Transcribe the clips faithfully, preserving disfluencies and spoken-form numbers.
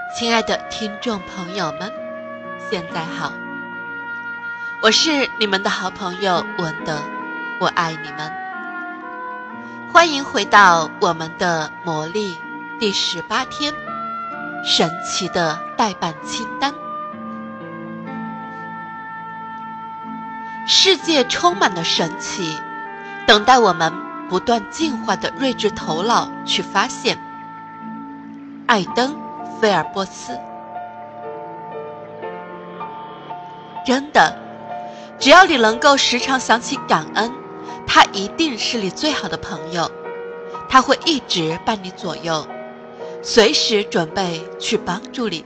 亲爱的听众朋友们，现在好，我是你们的好朋友文德，我爱你们。欢迎回到我们的魔力第十八天，神奇的代办清单。世界充满了神奇，等待我们不断进化的睿智头脑去发现。艾登·菲尔波斯。真的，只要你能够时常想起感恩，他一定是你最好的朋友，他会一直伴你左右，随时准备去帮助你。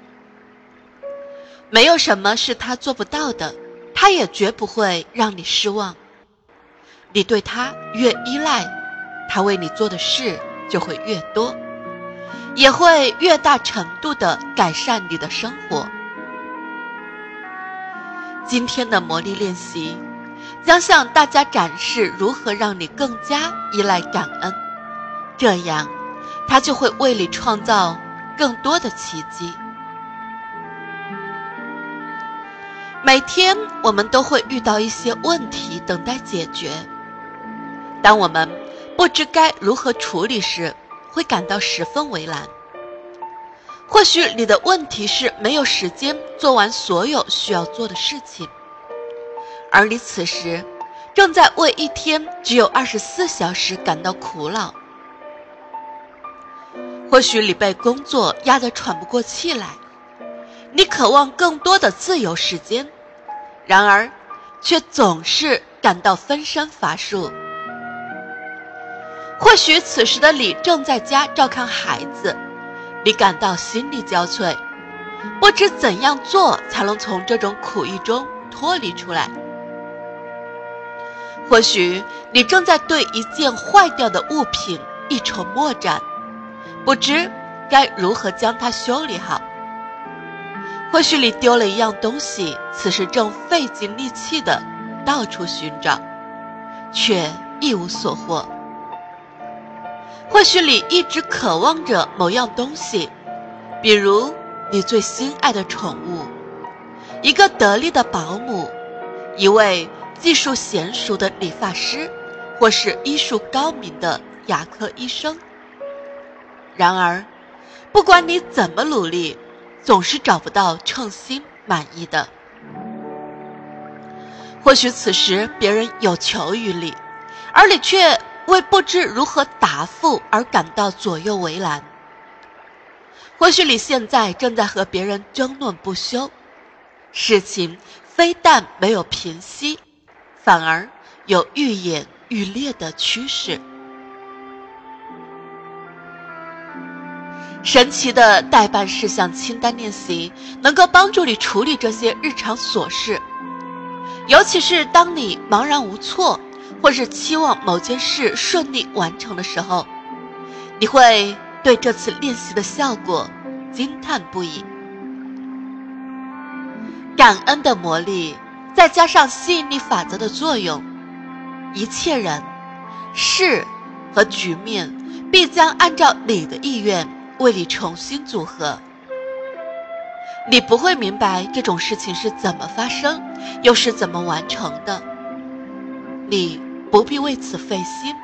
没有什么是他做不到的，他也绝不会让你失望。你对他越依赖，他为你做的事就会越多，也会越大程度地改善你的生活。今天的魔力练习将向大家展示如何让你更加依赖感恩，这样它就会为你创造更多的奇迹。每天我们都会遇到一些问题等待解决，当我们不知该如何处理时，会感到十分为难。或许你的问题是没有时间做完所有需要做的事情，而你此时正在为一天只有二十四小时感到苦恼。或许你被工作压得喘不过气来，你渴望更多的自由时间，然而却总是感到分身乏术。或许此时的你正在家照看孩子，你感到心力交瘁，不知怎样做才能从这种苦役中脱离出来。或许你正在对一件坏掉的物品一筹莫展，不知该如何将它修理好。或许你丢了一样东西，此时正费尽力气地到处寻找，却一无所获。或许你一直渴望着某样东西，比如你最心爱的宠物，一个得力的保姆，一位技术娴熟的理发师，或是医术高明的牙科医生。然而，不管你怎么努力，总是找不到称心满意的。或许此时别人有求于你，而你却为不知如何答复而感到左右为难。或许你现在正在和别人争论不休，事情非但没有平息，反而有愈演愈烈的趋势。神奇的待办事项清单练习能够帮助你处理这些日常琐事，尤其是当你茫然无措，或是期望某件事顺利完成的时候，你会对这次练习的效果惊叹不已。感恩的魔力，再加上吸引力法则的作用，一切人、事和局面必将按照你的意愿为你重新组合。你不会明白这种事情是怎么发生，又是怎么完成的，你不必为此费心。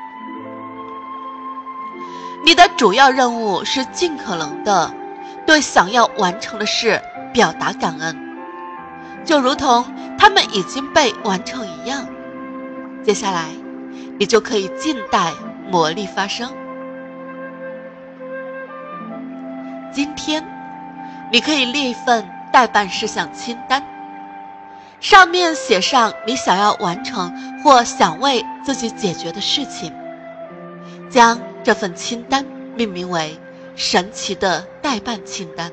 你的主要任务是尽可能的对想要完成的事表达感恩，就如同它们已经被完成一样。接下来你就可以静待魔力发生。今天你可以列一份待办事项清单，上面写上你想要完成或想为自己解决的事情，将这份清单命名为神奇的待办清单。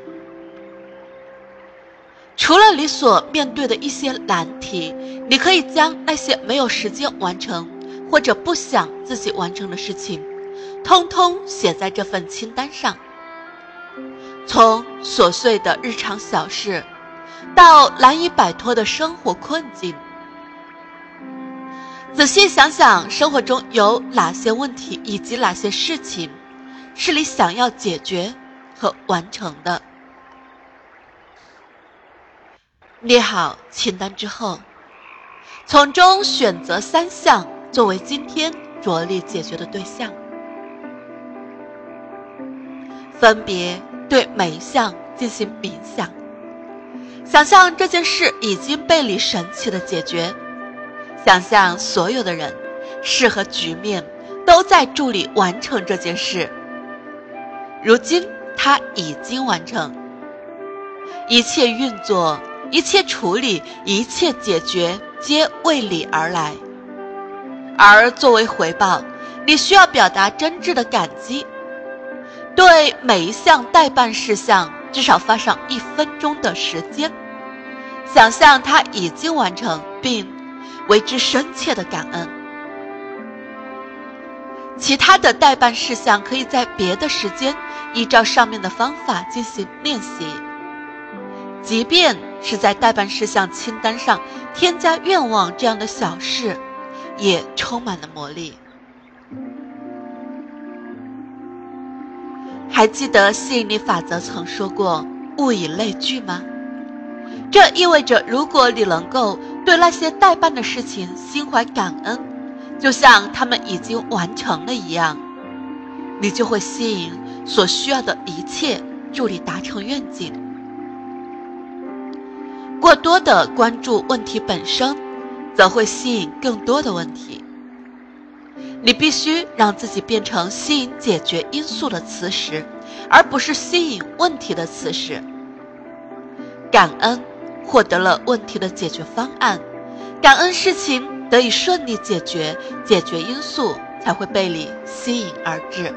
除了你所面对的一些难题，你可以将那些没有时间完成或者不想自己完成的事情通通写在这份清单上。从琐碎的日常小事到难以摆脱的生活困境，仔细想想生活中有哪些问题以及哪些事情是你想要解决和完成的。 列好清单之后，从中选择三项作为今天着力解决的对象，分别对每一项进行冥想，想象这件事已经被你神奇的解决，想象所有的人、事和局面都在助你完成这件事。如今它已经完成，一切运作，一切处理，一切解决皆为你而来。而作为回报，你需要表达真挚的感激，对每一项待办事项至少花上一分钟的时间，想象它已经完成，并为之深切的感恩。其他的待办事项可以在别的时间依照上面的方法进行练习，即便是在待办事项清单上添加愿望这样的小事，也充满了魔力。还记得吸引力法则曾说过物以类聚吗？这意味着如果你能够对那些待办的事情心怀感恩，就像他们已经完成了一样，你就会吸引所需要的一切，助你达成愿景。过多的关注问题本身，则会吸引更多的问题。你必须让自己变成吸引解决因素的磁石，而不是吸引问题的磁石。感恩获得了问题的解决方案，感恩事情得以顺利解决，解决因素才会被你吸引而至。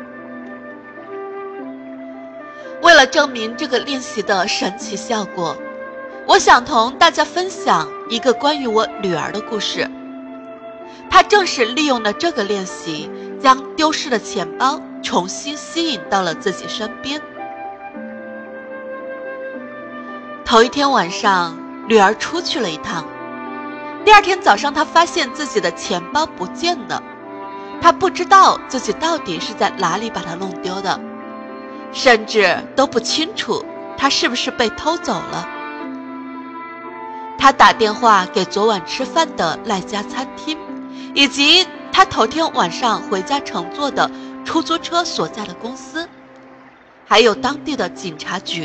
为了证明这个练习的神奇效果，我想同大家分享一个关于我女儿的故事。她正是利用了这个练习，将丢失的钱包重新吸引到了自己身边。头一天晚上，女儿出去了一趟，第二天早上，她发现自己的钱包不见了。她不知道自己到底是在哪里把它弄丢的，甚至都不清楚她是不是被偷走了。她打电话给昨晚吃饭的那家餐厅，以及她头天晚上回家乘坐的出租车所在的公司，还有当地的警察局。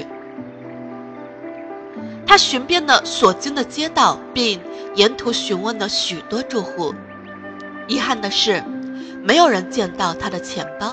他寻遍了所经的街道，并沿途询问了许多住户。遗憾的是，没有人见到他的钱包。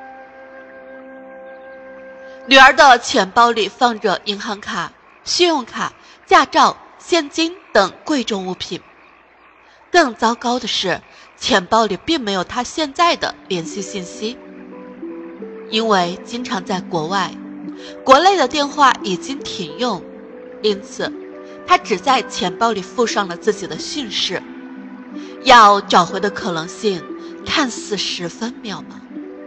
女儿的钱包里放着银行卡、信用卡、驾照、现金等贵重物品。更糟糕的是，钱包里并没有她现在的联系信息，因为经常在国外，国内的电话已经停用。因此，他只在钱包里附上了自己的姓氏，要找回的可能性看似十分渺茫。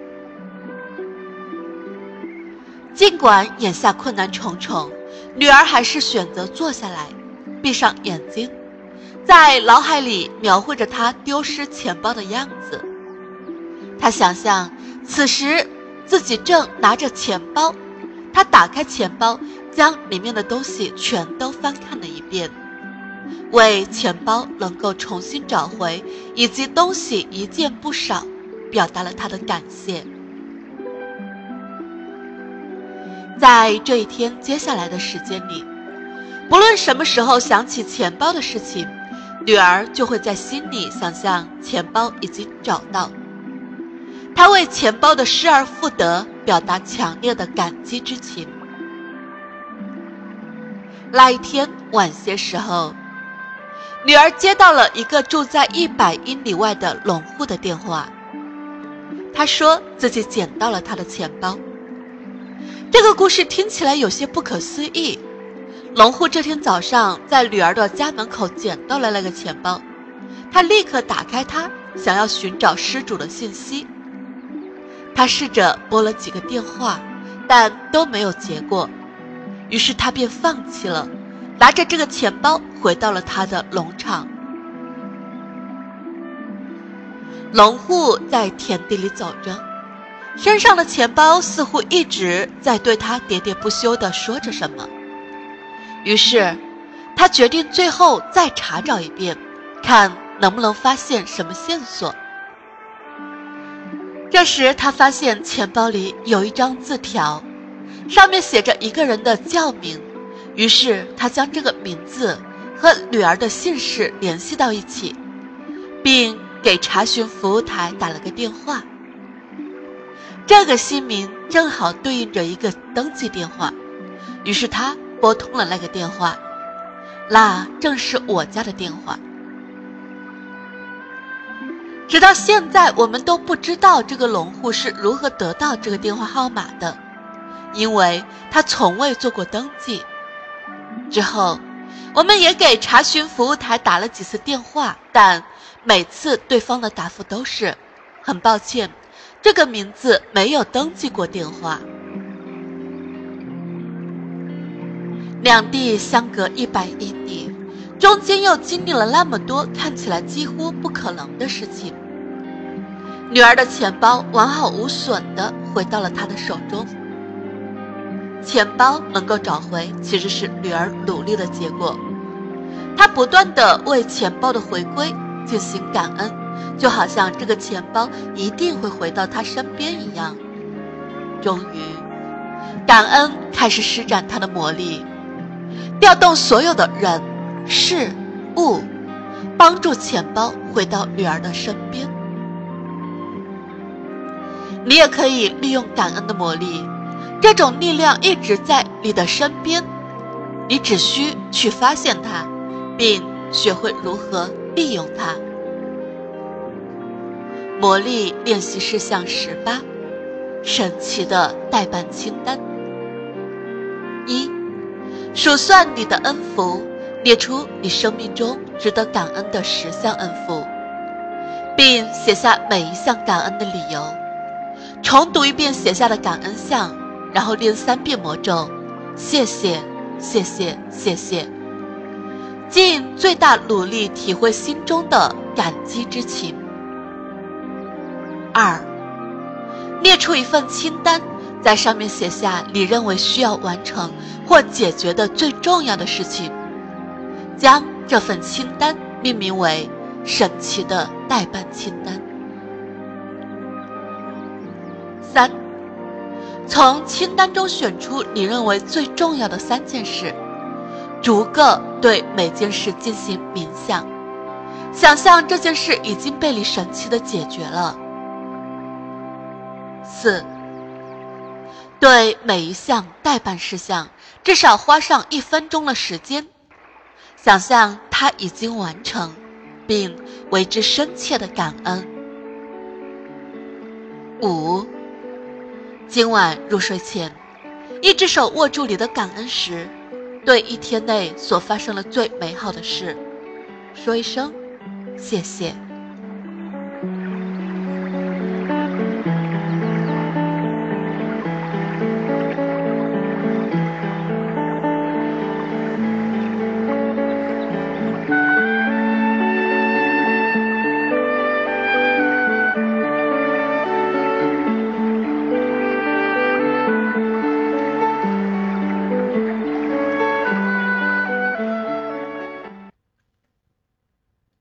尽管眼下困难重重，女儿还是选择坐下来，闭上眼睛，在脑海里描绘着她丢失钱包的样子。她想象此时自己正拿着钱包，她打开钱包，将里面的东西全都翻看了一遍，为钱包能够重新找回以及东西一件不少表达了他的感谢。在这一天接下来的时间里，不论什么时候想起钱包的事情，女儿就会在心里想象钱包已经找到。她为钱包的失而复得表达强烈的感激之情。那一天晚些时候，女儿接到了一个住在一百英里外的农户的电话。他说自己捡到了他的钱包。这个故事听起来有些不可思议。农户这天早上在女儿的家门口捡到了那个钱包，他立刻打开它，想要寻找失主的信息。他试着拨了几个电话，但都没有结果。于是他便放弃了，拿着这个钱包回到了他的农场。农户在田地里走着，身上的钱包似乎一直在对他喋喋不休地说着什么。于是他决定最后再查找一遍，看能不能发现什么线索。这时他发现钱包里有一张字条，上面写着一个人的教名，于是他将这个名字和女儿的姓氏联系到一起，并给查询服务台打了个电话。这个姓名正好对应着一个登记电话，于是他拨通了那个电话，那正是我家的电话。直到现在我们都不知道这个农户是如何得到这个电话号码的，因为他从未做过登记。之后我们也给查询服务台打了几次电话，但每次对方的答复都是很抱歉，这个名字没有登记过电话。两地相隔一百英里，中间又经历了那么多看起来几乎不可能的事情。女儿的钱包完好无损地回到了她的手中。钱包能够找回，其实是女儿努力的结果。她不断地为钱包的回归进行感恩，就好像这个钱包一定会回到她身边一样。终于，感恩开始施展它的魔力，调动所有的人、事、物，帮助钱包回到女儿的身边。你也可以利用感恩的魔力，这种力量一直在你的身边，你只需去发现它，并学会如何利用它。魔力练习事项十八，神奇的代办清单。一、数算你的恩福，列出你生命中值得感恩的十项恩福，并写下每一项感恩的理由。重读一遍写下的感恩项，然后念三遍魔咒：谢谢，谢谢，谢谢。尽最大努力体会心中的感激之情。二、列出一份清单，在上面写下你认为需要完成或解决的最重要的事情，将这份清单命名为神奇的代办清单。三、从清单中选出你认为最重要的三件事，逐个对每件事进行冥想，想象这件事已经被你神奇的解决了。四、对每一项待办事项至少花上一分钟的时间，想象它已经完成，并为之深切的感恩。五、今晚入睡前，一只手握住你的感恩石，对一天内所发生的最美好的事说一声谢谢。